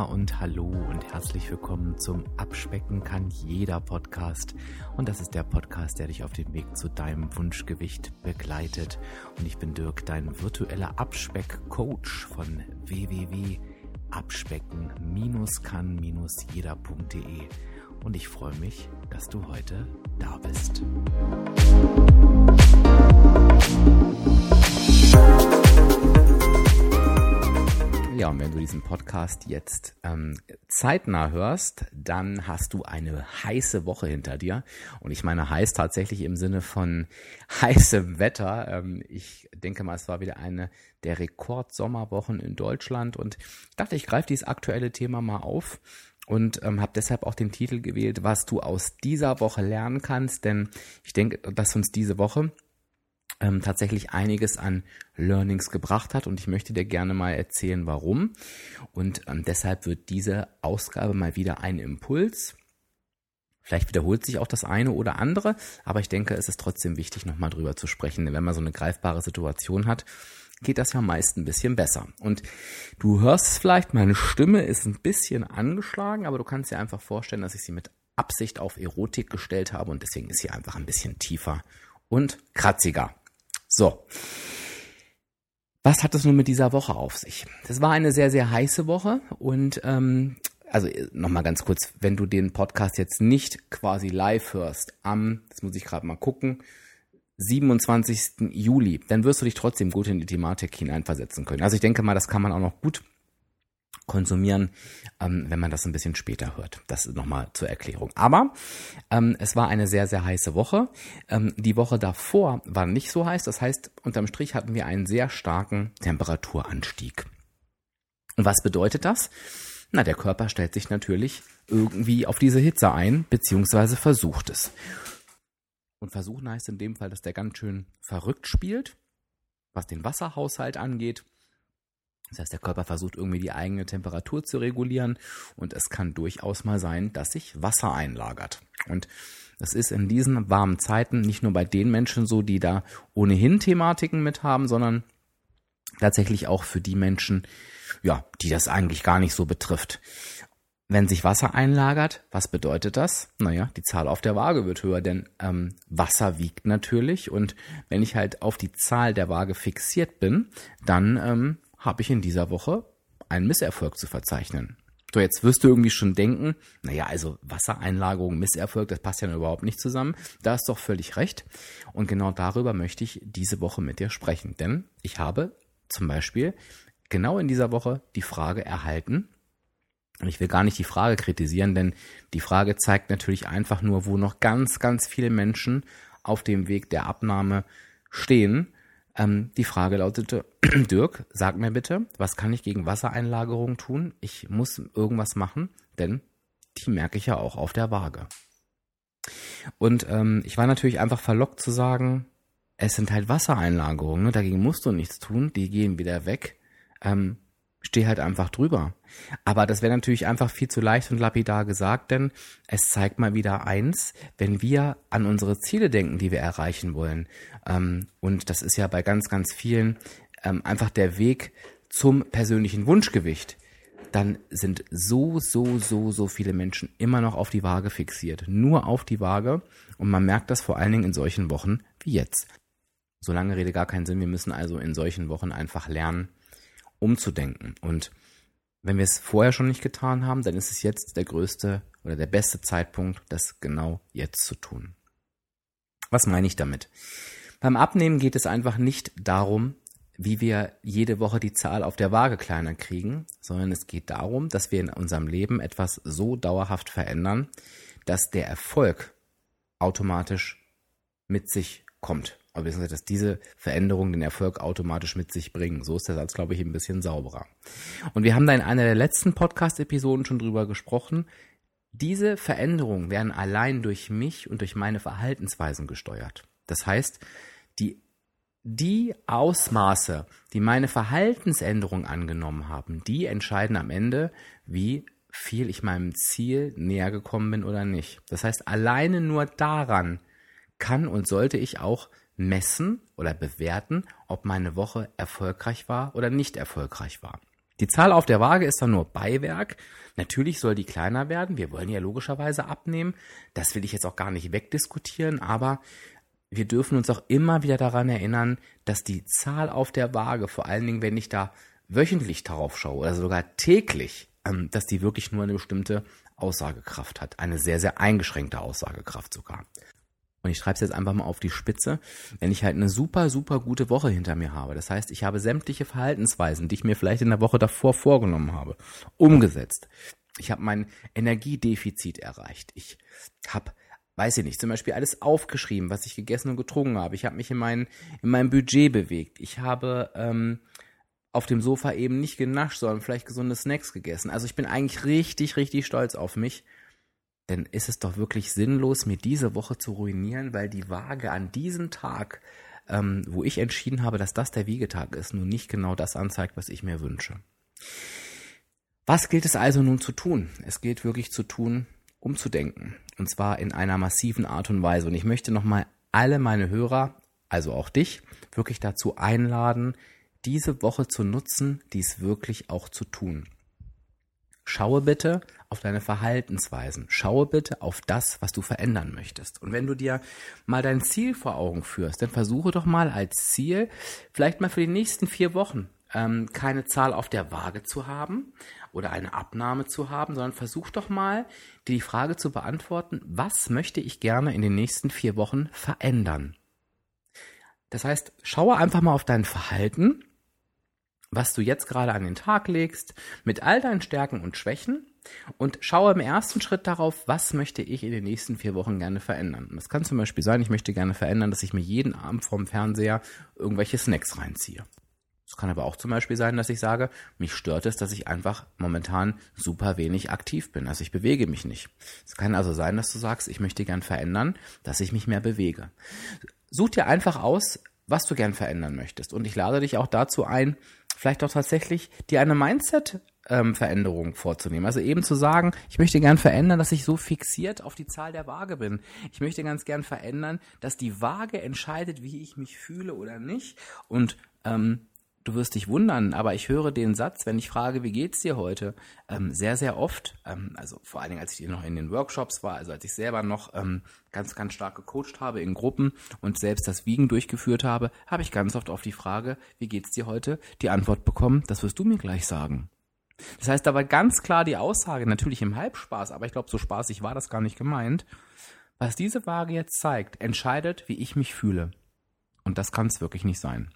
und hallo und herzlich willkommen zum Abspecken kann jeder Podcast. Und das ist der Podcast, der dich auf dem Weg zu deinem Wunschgewicht begleitet. Und ich bin Dirk, dein virtueller Abspeck-Coach von www.abspecken-kann-jeder.de. Und ich freue mich, dass du heute da bist. Ja, und wenn du diesen Podcast jetzt zeitnah hörst, dann hast du eine heiße Woche hinter dir. Und ich meine heiß tatsächlich im Sinne von heißem Wetter. Ich denke mal, es war wieder eine der Rekordsommerwochen in Deutschland. Und ich dachte, ich greife dieses aktuelle Thema mal auf und habe deshalb auch den Titel gewählt, was du aus dieser Woche lernen kannst. Denn ich denke, dass uns diese Woche tatsächlich einiges an Learnings gebracht hat und ich möchte dir gerne mal erzählen, warum. Und deshalb wird diese Ausgabe mal wieder ein Impuls. Vielleicht wiederholt sich auch das eine oder andere, aber ich denke, es ist trotzdem wichtig, nochmal drüber zu sprechen. Denn wenn man so eine greifbare Situation hat, geht das ja meist ein bisschen besser. Und du hörst es vielleicht, meine Stimme ist ein bisschen angeschlagen, aber du kannst dir einfach vorstellen, dass ich sie mit Absicht auf Erotik gestellt habe und deswegen ist sie einfach ein bisschen tiefer und kratziger. So, was hat es nun mit dieser Woche auf sich? Das war eine sehr, sehr heiße Woche und also nochmal ganz kurz, wenn du den Podcast jetzt nicht quasi live hörst, das muss ich gerade mal gucken, 27. Juli, dann wirst du dich trotzdem gut in die Thematik hineinversetzen können. Also ich denke mal, das kann man auch noch gut konsumieren, wenn man das ein bisschen später hört. Das ist nochmal zur Erklärung. Aber es war eine sehr, sehr heiße Woche. Die Woche davor war nicht so heiß. Das heißt, unterm Strich hatten wir einen sehr starken Temperaturanstieg. Und was bedeutet das? Na, der Körper stellt sich natürlich irgendwie auf diese Hitze ein, beziehungsweise versucht es. Und versuchen heißt in dem Fall, dass der ganz schön verrückt spielt, was den Wasserhaushalt angeht. Das heißt, der Körper versucht irgendwie die eigene Temperatur zu regulieren und es kann durchaus mal sein, dass sich Wasser einlagert. Und das ist in diesen warmen Zeiten nicht nur bei den Menschen so, die da ohnehin Thematiken mit haben, sondern tatsächlich auch für die Menschen, ja, die das eigentlich gar nicht so betrifft. Wenn sich Wasser einlagert, was bedeutet das? Naja, die Zahl auf der Waage wird höher, denn Wasser wiegt natürlich und wenn ich halt auf die Zahl der Waage fixiert bin, dann habe ich in dieser Woche einen Misserfolg zu verzeichnen. So, jetzt wirst du irgendwie schon denken, naja, also Wassereinlagerung, Misserfolg, das passt ja überhaupt nicht zusammen. Da hast du doch völlig recht. Und genau darüber möchte ich diese Woche mit dir sprechen. Denn ich habe zum Beispiel genau in dieser Woche die Frage erhalten, und ich will gar nicht die Frage kritisieren, denn die Frage zeigt natürlich einfach nur, wo noch ganz, ganz viele Menschen auf dem Weg der Abnahme stehen. Die Frage lautete, Dirk, sag mir bitte, was kann ich gegen Wassereinlagerung tun? Ich muss irgendwas machen, denn die merke ich ja auch auf der Waage. Und ich war natürlich einfach verlockt zu sagen, es sind halt Wassereinlagerungen, ne? Dagegen musst du nichts tun, die gehen wieder weg. Steh halt einfach drüber. Aber das wäre natürlich einfach viel zu leicht und lapidar gesagt, denn es zeigt mal wieder eins, wenn wir an unsere Ziele denken, die wir erreichen wollen. Und das ist ja bei ganz, ganz vielen einfach der Weg zum persönlichen Wunschgewicht. Dann sind so viele Menschen immer noch auf die Waage fixiert. Nur auf die Waage. Und man merkt das vor allen Dingen in solchen Wochen wie jetzt. So lange Rede gar keinen Sinn. Wir müssen also in solchen Wochen einfach lernen, umzudenken. Und wenn wir es vorher schon nicht getan haben, dann ist es jetzt der größte oder der beste Zeitpunkt, das genau jetzt zu tun. Was meine ich damit? Beim Abnehmen geht es einfach nicht darum, wie wir jede Woche die Zahl auf der Waage kleiner kriegen, sondern es geht darum, dass wir in unserem Leben etwas so dauerhaft verändern, dass der Erfolg automatisch mit sich kommt. Aber dass diese Veränderungen den Erfolg automatisch mit sich bringen. So ist der Satz, glaube ich, ein bisschen sauberer. Und wir haben da in einer der letzten Podcast-Episoden schon drüber gesprochen. Diese Veränderungen werden allein durch mich und durch meine Verhaltensweisen gesteuert. Das heißt, die Ausmaße, die meine Verhaltensänderungen angenommen haben, die entscheiden am Ende, wie viel ich meinem Ziel näher gekommen bin oder nicht. Das heißt, alleine nur daran kann und sollte ich auch messen oder bewerten, ob meine Woche erfolgreich war oder nicht erfolgreich war. Die Zahl auf der Waage ist dann nur Beiwerk. Natürlich soll die kleiner werden. Wir wollen ja logischerweise abnehmen. Das will ich jetzt auch gar nicht wegdiskutieren, aber wir dürfen uns auch immer wieder daran erinnern, dass die Zahl auf der Waage, vor allen Dingen, wenn ich da wöchentlich darauf schaue oder sogar täglich, dass die wirklich nur eine bestimmte Aussagekraft hat. Eine sehr, sehr eingeschränkte Aussagekraft sogar. Und ich schreibe es jetzt einfach mal auf die Spitze, wenn ich halt eine super, super gute Woche hinter mir habe. Das heißt, ich habe sämtliche Verhaltensweisen, die ich mir vielleicht in der Woche davor vorgenommen habe, umgesetzt. Ich habe mein Energiedefizit erreicht. Ich habe, weiß ich nicht, zum Beispiel alles aufgeschrieben, was ich gegessen und getrunken habe. Ich habe mich in meinem Budget bewegt. Ich habe auf dem Sofa eben nicht genascht, sondern vielleicht gesunde Snacks gegessen. Also ich bin eigentlich richtig, richtig stolz auf mich. Denn ist es doch wirklich sinnlos, mir diese Woche zu ruinieren, weil die Waage an diesem Tag, wo ich entschieden habe, dass das der Wiegetag ist, nun nicht genau das anzeigt, was ich mir wünsche. Was gilt es also nun zu tun? Es gilt wirklich zu tun, umzudenken. Und zwar in einer massiven Art und Weise. Und ich möchte nochmal alle meine Hörer, also auch dich, wirklich dazu einladen, diese Woche zu nutzen, dies wirklich auch zu tun. Schaue bitte auf deine Verhaltensweisen. Schaue bitte auf das, was du verändern möchtest. Und wenn du dir mal dein Ziel vor Augen führst, dann versuche doch mal als Ziel, vielleicht mal für die nächsten 4 Wochen, keine Zahl auf der Waage zu haben oder eine Abnahme zu haben, sondern versuch doch mal, dir die Frage zu beantworten, was möchte ich gerne in den nächsten 4 Wochen verändern? Das heißt, schaue einfach mal auf dein Verhalten, was du jetzt gerade an den Tag legst, mit all deinen Stärken und Schwächen und schaue im ersten Schritt darauf, was möchte ich in den nächsten 4 Wochen gerne verändern. Und das kann zum Beispiel sein, ich möchte gerne verändern, dass ich mir jeden Abend vorm Fernseher irgendwelche Snacks reinziehe. Es kann aber auch zum Beispiel sein, dass ich sage, mich stört es, dass ich einfach momentan super wenig aktiv bin. Also ich bewege mich nicht. Es kann also sein, dass du sagst, ich möchte gern verändern, dass ich mich mehr bewege. Such dir einfach aus, was du gern verändern möchtest. Und ich lade dich auch dazu ein, vielleicht auch tatsächlich dir eine Mindset-Veränderung vorzunehmen. Also eben zu sagen, ich möchte gern verändern, dass ich so fixiert auf die Zahl der Waage bin. Ich möchte ganz gern verändern, dass die Waage entscheidet, wie ich mich fühle oder nicht. Und du wirst dich wundern, aber ich höre den Satz, wenn ich frage, wie geht's dir heute, sehr, sehr oft, also vor allen Dingen, als ich noch in den Workshops war, also als ich selber noch ganz, ganz stark gecoacht habe in Gruppen und selbst das Wiegen durchgeführt habe, habe ich ganz oft auf die Frage, wie geht's dir heute, die Antwort bekommen, das wirst du mir gleich sagen. Das heißt, da war ganz klar die Aussage, natürlich im Halbspaß, aber ich glaube, so spaßig war das gar nicht gemeint. Was diese Waage jetzt zeigt, entscheidet, wie ich mich fühle. Und das kann es wirklich nicht sein.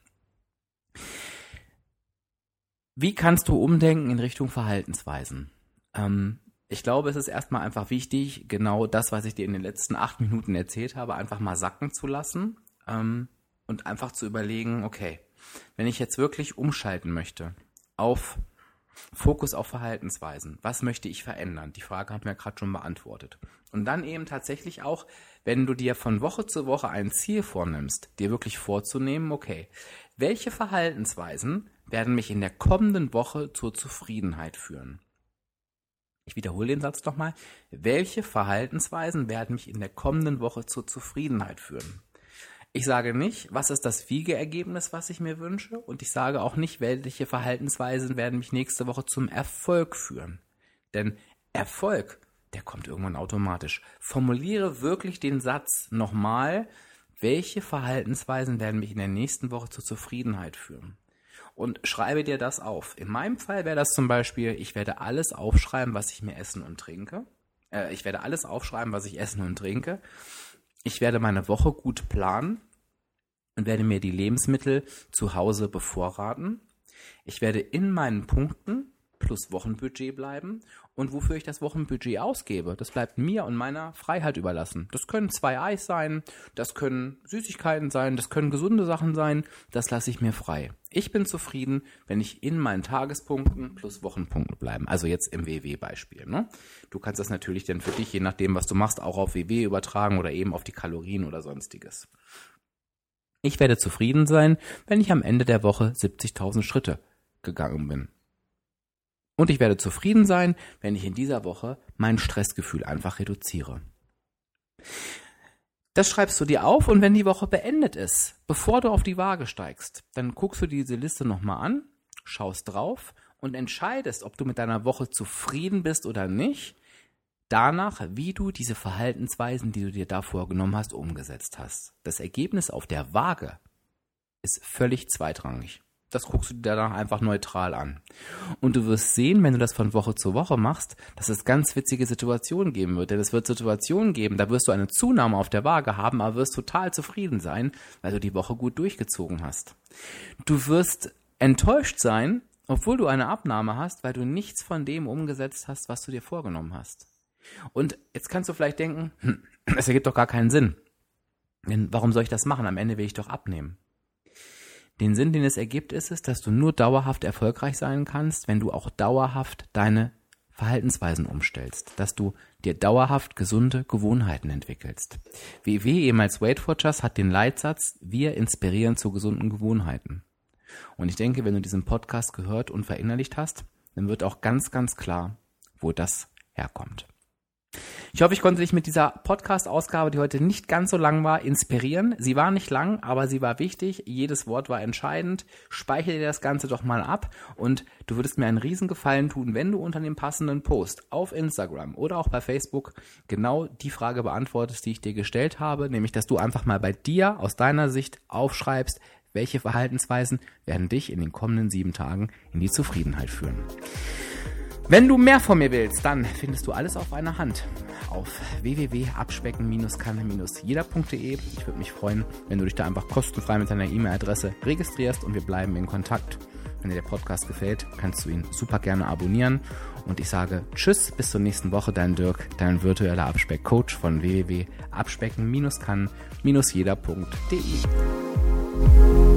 Wie kannst du umdenken in Richtung Verhaltensweisen? Ich glaube, es ist erstmal einfach wichtig, genau das, was ich dir in den letzten 8 Minuten erzählt habe, einfach mal sacken zu lassen und einfach zu überlegen, okay, wenn ich jetzt wirklich umschalten möchte auf Fokus auf Verhaltensweisen, was möchte ich verändern? Die Frage haben wir ja gerade schon beantwortet. Und dann eben tatsächlich auch, wenn du dir von Woche zu Woche ein Ziel vornimmst, dir wirklich vorzunehmen, okay, welche Verhaltensweisen werden mich in der kommenden Woche zur Zufriedenheit führen? Ich wiederhole den Satz nochmal. Welche Verhaltensweisen werden mich in der kommenden Woche zur Zufriedenheit führen? Ich sage nicht, was ist das Wiegeergebnis, was ich mir wünsche, und ich sage auch nicht, welche Verhaltensweisen werden mich nächste Woche zum Erfolg führen. Denn Erfolg, der kommt irgendwann automatisch. Formuliere wirklich den Satz nochmal, welche Verhaltensweisen werden mich in der nächsten Woche zur Zufriedenheit führen. Und schreibe dir das auf. In meinem Fall wäre das zum Beispiel, ich werde alles aufschreiben, was ich mir essen und trinke. Ich werde alles aufschreiben, was ich essen und trinke. Ich werde meine Woche gut planen und werde mir die Lebensmittel zu Hause bevorraten. Ich werde in meinen Punkten plus Wochenbudget bleiben. Und wofür ich das Wochenbudget ausgebe, das bleibt mir und meiner Freiheit überlassen. Das können 2 Eis sein, das können Süßigkeiten sein, das können gesunde Sachen sein, das lasse ich mir frei. Ich bin zufrieden, wenn ich in meinen Tagespunkten plus Wochenpunkten bleibe. Also jetzt im WW-Beispiel. Ne? Du kannst das natürlich dann für dich, je nachdem, was du machst, auch auf WW übertragen oder eben auf die Kalorien oder sonstiges. Ich werde zufrieden sein, wenn ich am Ende der Woche 70.000 Schritte gegangen bin. Und ich werde zufrieden sein, wenn ich in dieser Woche mein Stressgefühl einfach reduziere. Das schreibst du dir auf, und wenn die Woche beendet ist, bevor du auf die Waage steigst, dann guckst du diese Liste nochmal an, schaust drauf und entscheidest, ob du mit deiner Woche zufrieden bist oder nicht, danach, wie du diese Verhaltensweisen, die du dir da vorgenommen hast, umgesetzt hast. Das Ergebnis auf der Waage ist völlig zweitrangig. Das guckst du dir danach einfach neutral an. Und du wirst sehen, wenn du das von Woche zu Woche machst, dass es ganz witzige Situationen geben wird. Denn es wird Situationen geben, da wirst du eine Zunahme auf der Waage haben, aber wirst total zufrieden sein, weil du die Woche gut durchgezogen hast. Du wirst enttäuscht sein, obwohl du eine Abnahme hast, weil du nichts von dem umgesetzt hast, was du dir vorgenommen hast. Und jetzt kannst du vielleicht denken, das ergibt doch gar keinen Sinn. Denn warum soll ich das machen? Am Ende will ich doch abnehmen. Den Sinn, den es ergibt, ist es, dass du nur dauerhaft erfolgreich sein kannst, wenn du auch dauerhaft deine Verhaltensweisen umstellst, dass du dir dauerhaft gesunde Gewohnheiten entwickelst. WW, ehemals Weight Watchers, hat den Leitsatz, wir inspirieren zu gesunden Gewohnheiten. Und ich denke, wenn du diesen Podcast gehört und verinnerlicht hast, dann wird auch ganz, ganz klar, wo das herkommt. Ich hoffe, ich konnte dich mit dieser Podcast-Ausgabe, die heute nicht ganz so lang war, inspirieren. Sie war nicht lang, aber sie war wichtig. Jedes Wort war entscheidend. Speichere dir das Ganze doch mal ab und du würdest mir einen Riesengefallen tun, wenn du unter dem passenden Post auf Instagram oder auch bei Facebook genau die Frage beantwortest, die ich dir gestellt habe, nämlich, dass du einfach mal bei dir aus deiner Sicht aufschreibst, welche Verhaltensweisen werden dich in den kommenden 7 Tagen in die Zufriedenheit führen. Wenn du mehr von mir willst, dann findest du alles auf einer Hand auf www.abspecken-kann-jeder.de. Ich würde mich freuen, wenn du dich da einfach kostenfrei mit deiner E-Mail-Adresse registrierst und wir bleiben in Kontakt. Wenn dir der Podcast gefällt, kannst du ihn super gerne abonnieren. Und ich sage Tschüss, bis zur nächsten Woche, dein Dirk, dein virtueller Abspeck-Coach von www.abspecken-kann-jeder.de.